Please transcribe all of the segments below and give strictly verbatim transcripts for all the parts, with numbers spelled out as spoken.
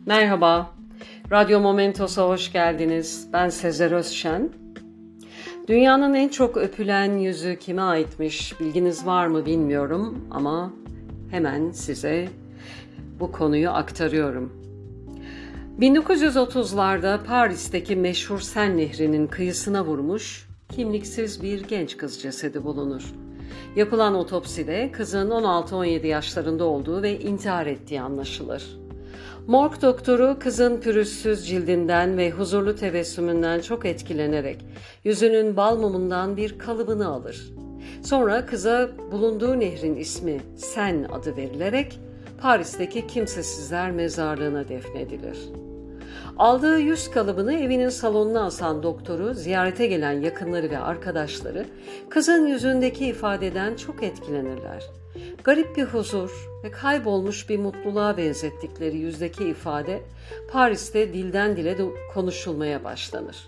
Merhaba, Radyo Momentos'a hoş geldiniz. Ben Sezer Özşen. Dünyanın en çok öpülen yüzü kime aitmiş bilginiz var mı bilmiyorum ama hemen size bu konuyu aktarıyorum. bin dokuz yüz otuzlarda Paris'teki meşhur Sen Nehri'nin kıyısına vurmuş kimliksiz bir genç kız cesedi bulunur. Yapılan otopside kızın on altı on yedi yaşlarında olduğu ve intihar ettiği anlaşılır. Morg doktoru kızın pürüzsüz cildinden ve huzurlu tebessümünden çok etkilenerek yüzünün bal mumundan bir kalıbını alır. Sonra kıza bulunduğu nehrin ismi Sen adı verilerek Paris'teki Kimsesizler Mezarlığı'na defnedilir. Aldığı yüz kalıbını evinin salonuna asan doktoru ziyarete gelen yakınları ve arkadaşları kızın yüzündeki ifadeden çok etkilenirler. Garip bir huzur ve kaybolmuş bir mutluluğa benzettikleri yüzdeki ifade Paris'te dilden dile konuşulmaya başlanır.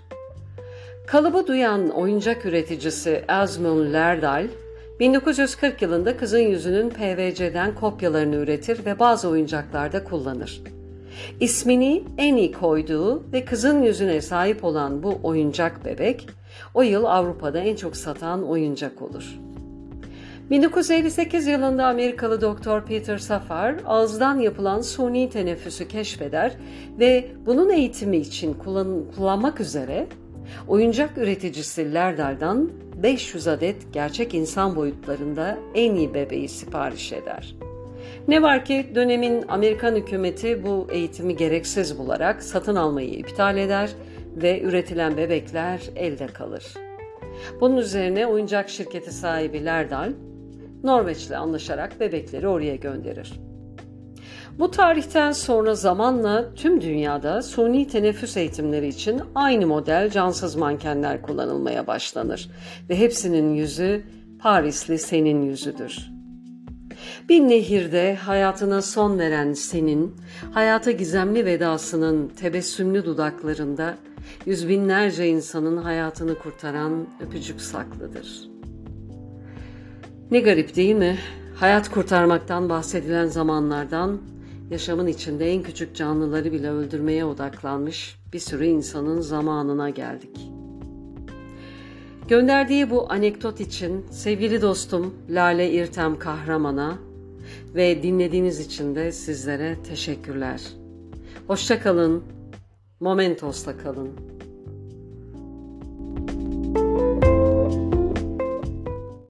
Kalıbı duyan oyuncak üreticisi Esmond Lardal, bin dokuz yüz kırk yılında kızın yüzünün P V C'den kopyalarını üretir ve bazı oyuncaklarda kullanır. İsmini Annie koyduğu ve kızın yüzüne sahip olan bu oyuncak bebek, o yıl Avrupa'da en çok satan oyuncak olur. bin dokuz yüz elli sekiz yılında Amerikalı doktor Peter Safar, ağızdan yapılan suni teneffüsü keşfeder ve bunun eğitimi için kullan- kullanmak üzere oyuncak üreticisi Lardal'dan beş yüz adet gerçek insan boyutlarında Annie bebeği sipariş eder. Ne var ki dönemin Amerikan hükümeti bu eğitimi gereksiz bularak satın almayı iptal eder ve üretilen bebekler elde kalır. Bunun üzerine oyuncak şirketi sahibi Lardal, Norveç'le anlaşarak bebekleri oraya gönderir. Bu tarihten sonra zamanla tüm dünyada suni teneffüs eğitimleri için aynı model cansız mankenler kullanılmaya başlanır ve hepsinin yüzü Parisli Sen'in yüzüdür. Bir nehirde hayatına son veren Sen'in, hayata gizemli vedasının tebessümlü dudaklarında yüz binlerce insanın hayatını kurtaran öpücük saklıdır. Ne garip değil mi? Hayat kurtarmaktan bahsedilen zamanlardan yaşamın içinde en küçük canlıları bile öldürmeye odaklanmış bir sürü insanın zamanına geldik. Gönderdiği bu anekdot için sevgili dostum Lale İrtem Kahraman'a ve dinlediğiniz için de sizlere teşekkürler. Hoşça kalın, Momentos'la kalın.